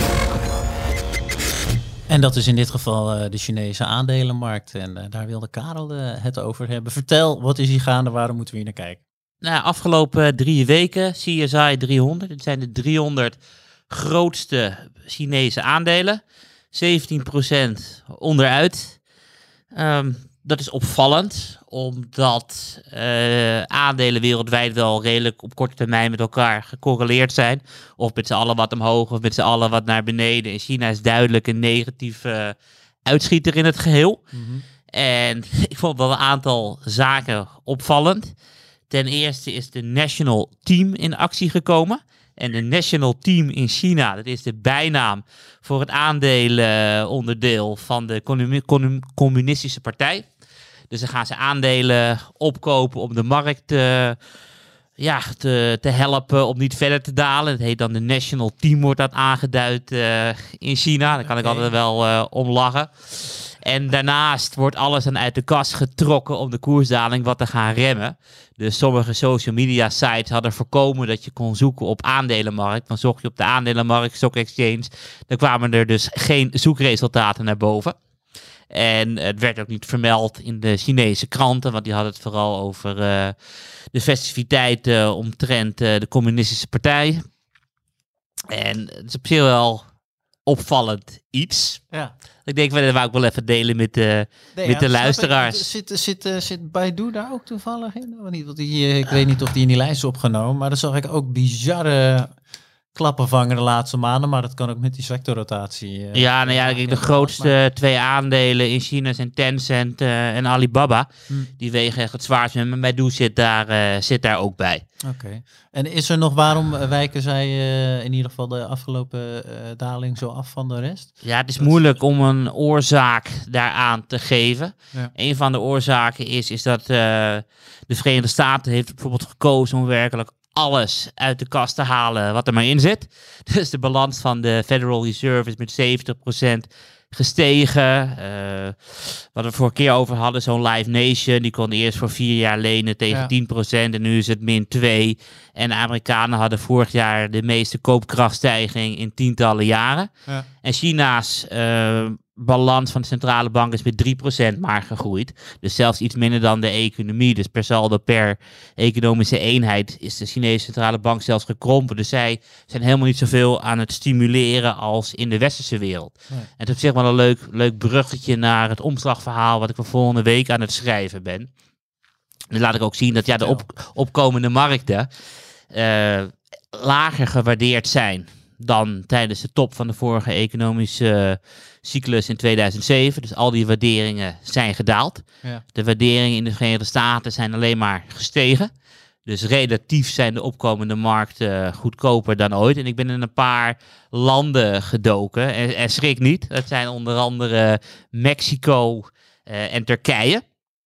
En dat is in dit geval de Chinese aandelenmarkt. En daar wilde Karel het over hebben. Vertel, wat is hier gaande? Waarom moeten we hier naar kijken? Nou, afgelopen 3 weken, CSI 300. Dit zijn de 300 grootste Chinese aandelen. 17% onderuit. Dat is opvallend, omdat aandelen wereldwijd wel redelijk op korte termijn met elkaar gecorreleerd zijn. Of met z'n allen wat omhoog of met z'n allen wat naar beneden. In China is duidelijk een negatieve uitschieter in het geheel. Mm-hmm. En ik vond wel een aantal zaken opvallend. Ten eerste is de National Team in actie gekomen. En de National Team in China, dat is de bijnaam voor het aandelenonderdeel van de communistische partij. Dus dan gaan ze aandelen opkopen om de markt te helpen om niet verder te dalen. Het heet dan de National Team, wordt dat aangeduid in China. Daar kan ik altijd wel om lachen. En daarnaast wordt alles dan uit de kas getrokken om de koersdaling wat te gaan remmen. Dus sommige social media sites hadden voorkomen dat je kon zoeken op aandelenmarkt. Dan zocht je op de aandelenmarkt, Stock Exchange. Dan kwamen er dus geen zoekresultaten naar boven. En het werd ook niet vermeld in de Chinese kranten, want die hadden het vooral over de festiviteiten omtrent de communistische partij. En het is op zich wel opvallend iets. Ja. Ik denk, dat wou ik wel even delen met de luisteraars. Zit Baidu daar ook toevallig in? Ik weet niet of die in die lijst is opgenomen, maar dan zag ik ook bizarre klappen vangen de laatste maanden, maar dat kan ook met die sectorrotatie. De grootste twee aandelen in China zijn Tencent en Alibaba. Die wegen echt het zwaarst. En Baidu zit daar ook bij. Oké. En is er nog, waarom wijken zij in ieder geval de afgelopen daling zo af van de rest? Ja, het is moeilijk om een oorzaak daaraan te geven. Ja. Een van de oorzaken is dat de Verenigde Staten heeft bijvoorbeeld gekozen om werkelijk alles uit de kast te halen wat er maar in zit. Dus de balans van de Federal Reserve is met 70% gestegen. Wat we vorige keer over hadden, zo'n Live Nation, die kon eerst voor 4 jaar lenen tegen 10% en nu is het -2. En de Amerikanen hadden vorig jaar de meeste koopkrachtstijging in tientallen jaren. Ja. En China's balans van de centrale bank is met 3% maar gegroeid. Dus zelfs iets minder dan de economie. Dus per saldo per economische eenheid is de Chinese centrale bank zelfs gekrompen. Dus zij zijn helemaal niet zoveel aan het stimuleren als in de westerse wereld. Nee. En het is op zich wel een leuk bruggetje naar het omslagverhaal wat ik voor volgende week aan het schrijven ben. Dan laat ik ook zien dat de opkomende markten lager gewaardeerd zijn dan tijdens de top van de vorige economische cyclus in 2007. Dus al die waarderingen zijn gedaald. Ja. De waarderingen in de Verenigde Staten zijn alleen maar gestegen. Dus relatief zijn de opkomende markten goedkoper dan ooit. En ik ben in een paar landen gedoken. En schrik niet. Dat zijn onder andere Mexico en Turkije.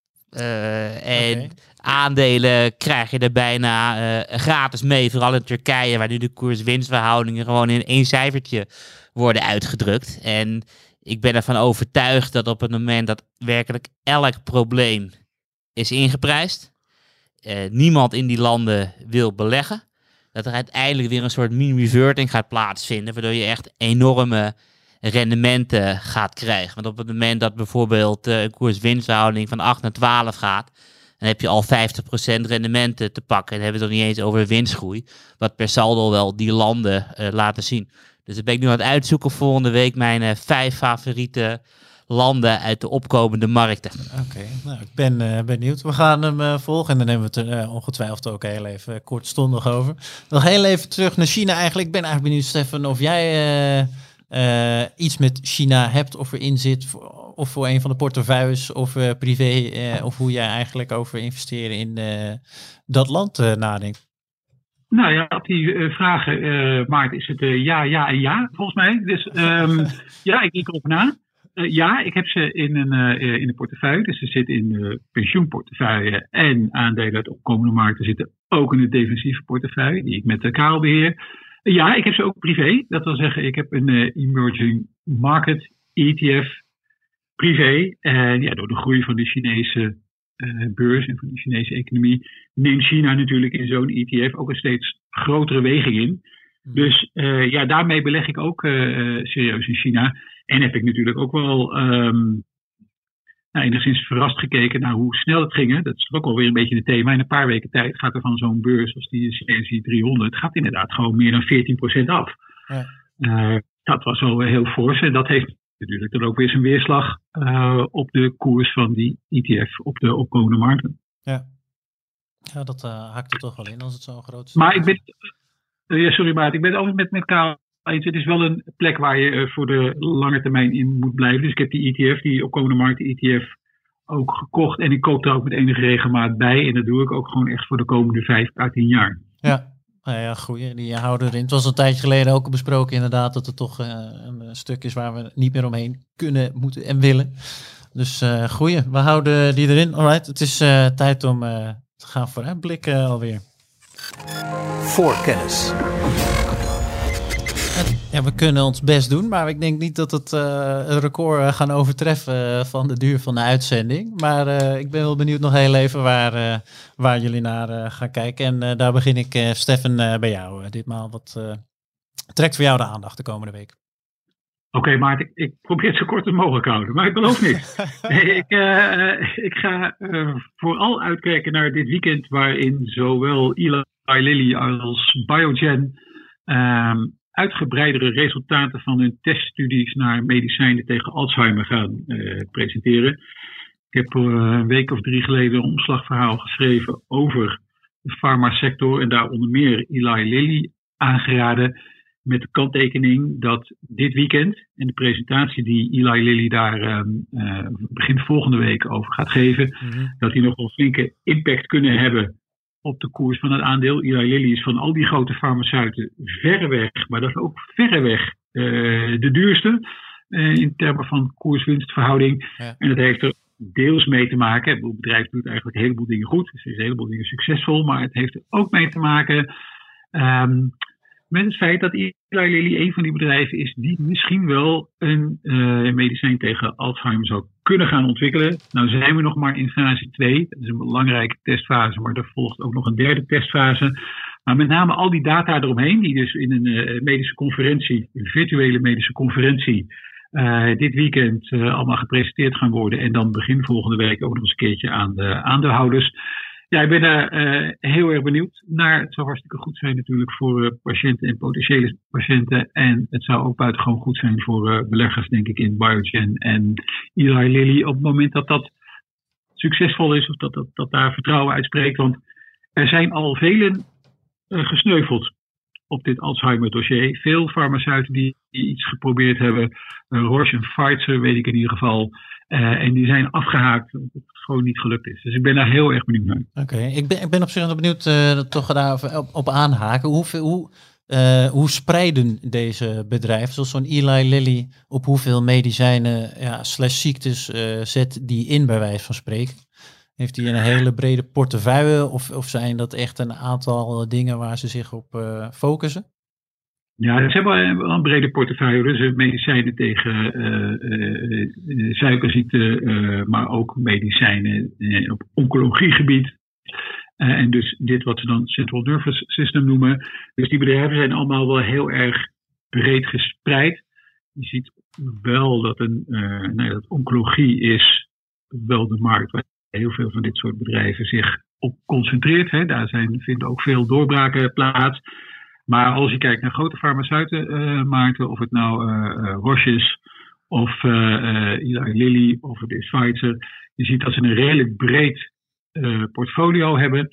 Aandelen krijg je er bijna gratis mee. Vooral in Turkije, waar nu de koers-winstverhoudingen gewoon in 1 cijfertje worden uitgedrukt. En ik ben ervan overtuigd dat op het moment dat werkelijk elk probleem is ingeprijsd, niemand in die landen wil beleggen, dat er uiteindelijk weer een soort mean-reverting gaat plaatsvinden, waardoor je echt enorme rendementen gaat krijgen. Want op het moment dat bijvoorbeeld een koers-winstverhouding van 8 naar 12 gaat, dan heb je al 50% rendementen te pakken. En dan hebben we het nog niet eens over winstgroei, wat per saldo wel die landen laten zien. Dus dan ben ik nu aan het uitzoeken volgende week mijn 5 favoriete landen uit de opkomende markten. Oké, nou, ik ben benieuwd. We gaan hem volgen en dan hebben we het er ongetwijfeld ook heel even kortstondig over. Nog heel even terug naar China eigenlijk. Ik ben eigenlijk benieuwd, Stefan, of jij iets met China hebt of erin zit, of voor een van de portefeuilles of privé, of hoe jij eigenlijk over investeren in dat land nadenkt. Nou ja, op die vragen, Maarten, is het ja en ja, volgens mij. Dus ik denk erover na. Ik heb ze in de portefeuille. Dus ze zitten in de pensioenportefeuille en aandelen uit opkomende markten zitten ook in de defensieve portefeuille, die ik met Karel beheer. Ja, ik heb ze ook privé. Dat wil zeggen, ik heb een emerging market ETF privé. En ja, door de groei van de Chinese beurs en van de Chinese economie neemt China natuurlijk in zo'n ETF ook een steeds grotere weging in. Dus daarmee beleg ik ook serieus in China. En heb ik natuurlijk ook wel enigszins verrast gekeken naar hoe snel het ging. Hè. Dat is ook alweer een beetje het thema. In een paar weken tijd gaat er van zo'n beurs als die Chinese 300... gaat inderdaad gewoon meer dan 14% af. Ja. Dat was wel heel fors. En dat heeft natuurlijk dan ook weer zijn weerslag op de koers van die ETF op de opkomende markten. Ja, dat hakt er toch wel in als het zo'n groot is. Maar ik ben, sorry Maarten, ik ben het altijd met Karel eens. Het is wel een plek waar je voor de lange termijn in moet blijven. Dus ik heb die ETF, die opkomende markten ETF, ook gekocht. En ik koop daar ook met enige regelmaat bij. En dat doe ik ook gewoon echt voor de komende 5 à 10 jaar. Ja. Ja, goeie. Die houden erin. Het was een tijdje geleden ook al besproken inderdaad dat het toch een stuk is waar we niet meer omheen kunnen, moeten en willen. Dus goeie. We houden die erin. Alright, het is tijd om te gaan vooruitblikken alweer. Voorkennis. Ja, we kunnen ons best doen, maar ik denk niet dat het een record gaan overtreffen van de duur van de uitzending. Maar ik ben wel benieuwd nog heel even waar jullie naar gaan kijken. En daar begin ik, Stefan, bij jou ditmaal. Wat trekt voor jou de aandacht de komende week? Oké, Maarten, ik probeer het zo kort als mogelijk te houden, maar ik beloof niks. Ik ga vooral uitkijken naar dit weekend waarin zowel Eli Lilly als Biogen uitgebreidere resultaten van hun teststudies naar medicijnen tegen Alzheimer gaan presenteren. Ik heb een week of 3 geleden een omslagverhaal geschreven over de farmasector en daar onder meer Eli Lilly aangeraden, met de kanttekening dat dit weekend en de presentatie die Eli Lilly daar begin volgende week over gaat geven, dat die nog wel flinke impact kunnen hebben op de koers van het aandeel. Eli Lilly is van al die grote farmaceuten verreweg, maar dat is ook verreweg de duurste in termen van koers-winstverhouding. Ja. En dat heeft er deels mee te maken. Het bedrijf doet eigenlijk een heleboel dingen goed. Het is een heleboel dingen succesvol, maar het heeft er ook mee te maken met het feit dat Eli Lilly een van die bedrijven is die misschien wel een medicijn tegen Alzheimer zou kunnen gaan ontwikkelen. Nou zijn we nog maar in fase 2. Dat is een belangrijke testfase, maar er volgt ook nog een 3e testfase. Maar met name al die data eromheen, die dus in een medische conferentie, een virtuele medische conferentie, dit weekend allemaal gepresenteerd gaan worden. En dan begin volgende week ook nog eens een keertje aan de aandeelhouders. Ja, ik ben heel erg benieuwd naar. Het zou hartstikke goed zijn natuurlijk voor patiënten en potentiële patiënten. En het zou ook buitengewoon goed zijn voor beleggers, denk ik, in Biogen en Eli Lilly. Op het moment dat dat succesvol is of dat daar vertrouwen uitspreekt. Want er zijn al velen gesneuveld op dit Alzheimer-dossier. Veel farmaceuten die iets geprobeerd hebben. Roche en Pfizer, weet ik in ieder geval. En die zijn afgehaakt omdat het gewoon niet gelukt is. Dus ik ben daar heel erg benieuwd naar. Oké, ik ben op zich nog benieuwd toch daar op aanhaken. Hoe spreiden deze bedrijven, zoals zo'n Eli Lilly, op hoeveel medicijnen / ziektes zet die in, bij wijze van spreken? Heeft hij een hele brede portefeuille of zijn dat echt een aantal dingen waar ze zich op focussen? Ja, ze hebben wel een brede portefeuille. Dus medicijnen tegen suikerziekte, maar ook medicijnen op oncologiegebied. En dus dit wat ze dan Central Nervous System noemen. Dus die bedrijven zijn allemaal wel heel erg breed gespreid. Je ziet wel dat dat oncologie is wel de markt waar heel veel van dit soort bedrijven zich op concentreert. Hè. Daar vinden ook veel doorbraken plaats. Maar als je kijkt naar grote farmaceutenmarkten, of het nou Roche is, of Eli Lilly, of het is Pfizer, je ziet dat ze een redelijk breed portfolio hebben.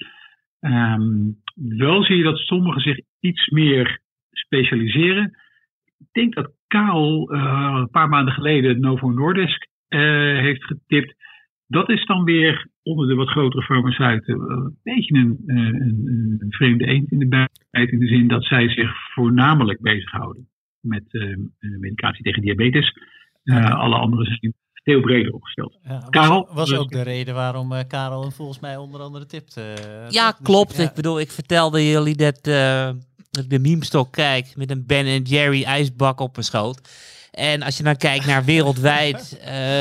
Wel zie je dat sommigen zich iets meer specialiseren. Ik denk dat Karel een paar maanden geleden Novo Nordisk heeft getipt. Dat is dan weer onder de wat grotere farmaceuten een beetje een vreemde eend in de bijt. In de zin dat zij zich voornamelijk bezighouden met medicatie tegen diabetes. Alle andere zijn veel breder opgesteld. Ja, Karel was ook de reden waarom Karel volgens mij onder andere tipte. Ja, klopt. Ja. Ik bedoel, ik vertelde jullie dat ik de meme-stok kijk met een Ben & Jerry ijsbak op mijn schoot. En als je dan kijkt naar wereldwijd,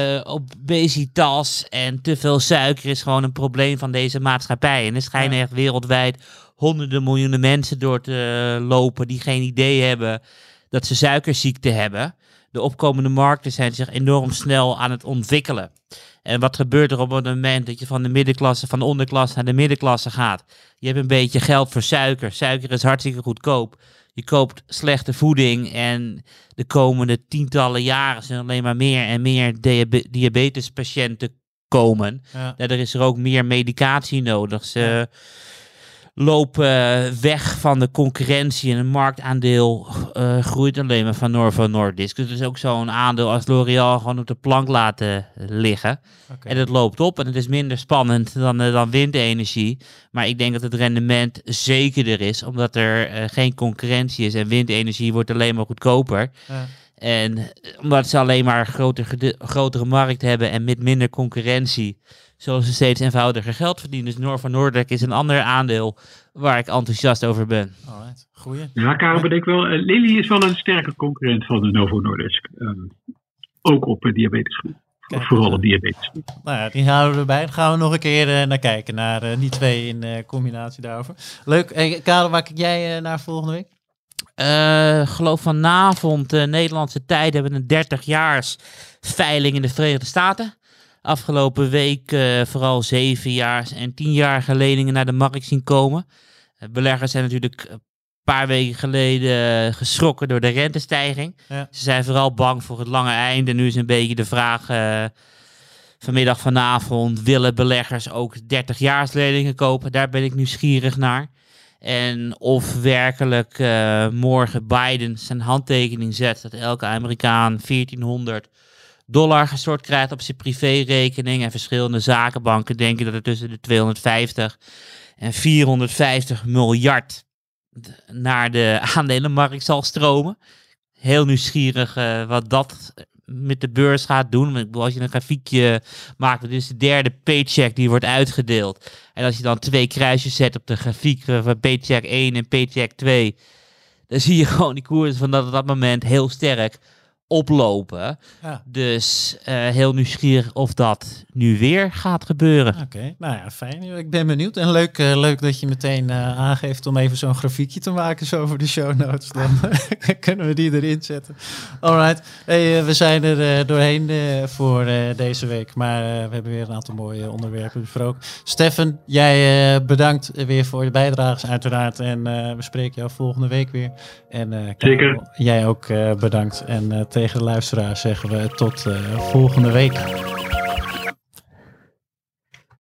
obesitas en te veel suiker is gewoon een probleem van deze maatschappij. En er schijnen echt wereldwijd honderden miljoenen mensen door te lopen die geen idee hebben dat ze suikerziekte hebben. De opkomende markten zijn zich enorm snel aan het ontwikkelen. En wat gebeurt er op het moment dat je van de middenklasse, van de onderklasse naar de middenklasse gaat? Je hebt een beetje geld voor suiker. Suiker is hartstikke goedkoop. Je koopt slechte voeding en de komende tientallen jaren zijn alleen maar meer en meer diabetespatiënten komen. Ja. Er is er ook meer medicatie nodig. Ze lopen weg van de concurrentie en het marktaandeel groeit alleen maar van Novo Nordisk. Dus het is ook zo'n aandeel als L'Oréal gewoon op de plank laten liggen. Okay. En het loopt op en het is minder spannend dan windenergie. Maar ik denk dat het rendement zekerder is, omdat er geen concurrentie is en windenergie wordt alleen maar goedkoper. Ja. En omdat ze alleen maar grotere markt hebben en met minder concurrentie, zullen ze steeds eenvoudiger geld verdienen. Dus Novo Nordisk is een ander aandeel waar ik enthousiast over ben. Alright, goeie. Ja, Karel, bedenk wel, Lilly is wel een sterke concurrent van de Novo Nordisk. Ook op diabetesgebied. Vooral op diabetesgebied. Nou ja, die houden we erbij. Dan gaan we nog een keer naar kijken, naar die twee in combinatie daarover. Leuk. Karel, waar kijk jij naar volgende week? Geloof vanavond Nederlandse tijd hebben we een 30-jaars veiling in de Verenigde Staten. Afgelopen week vooral 7-jaars en 10-jarige leningen naar de markt zien komen. Beleggers zijn natuurlijk een paar weken geleden geschrokken door de rentestijging. Ja. Ze zijn vooral bang voor het lange einde. Nu is een beetje de vraag vanavond, willen beleggers ook 30-jaars leningen kopen? Daar ben ik nieuwsgierig naar. En of werkelijk morgen Biden zijn handtekening zet dat elke Amerikaan $1.400 gestort krijgt op zijn privérekening. En verschillende zakenbanken denken dat er tussen de 250 en 450 miljard naar de aandelenmarkt zal stromen. Heel nieuwsgierig wat dat met de beurs gaat doen. Als je een grafiekje maakt, dus de derde paycheck die wordt uitgedeeld. En als je dan 2 kruisjes zet op de grafiek van paycheck 1 en paycheck 2, dan zie je gewoon die koers van dat moment heel sterk oplopen. Ja. Dus heel nieuwsgierig of dat nu weer gaat gebeuren. Oké, nou ja, fijn. Ik ben benieuwd. En leuk dat je meteen aangeeft om even zo'n grafiekje te maken zo voor de show notes. Dan kunnen we die erin zetten. Alright. Hey, we zijn er doorheen voor deze week. Maar we hebben weer een aantal mooie onderwerpen besproken. Stefan, jij bedankt weer voor je bijdrages uiteraard. En we spreken jou volgende week weer. En Zeker. Jij ook bedankt. En tegen de luisteraars zeggen we tot volgende week.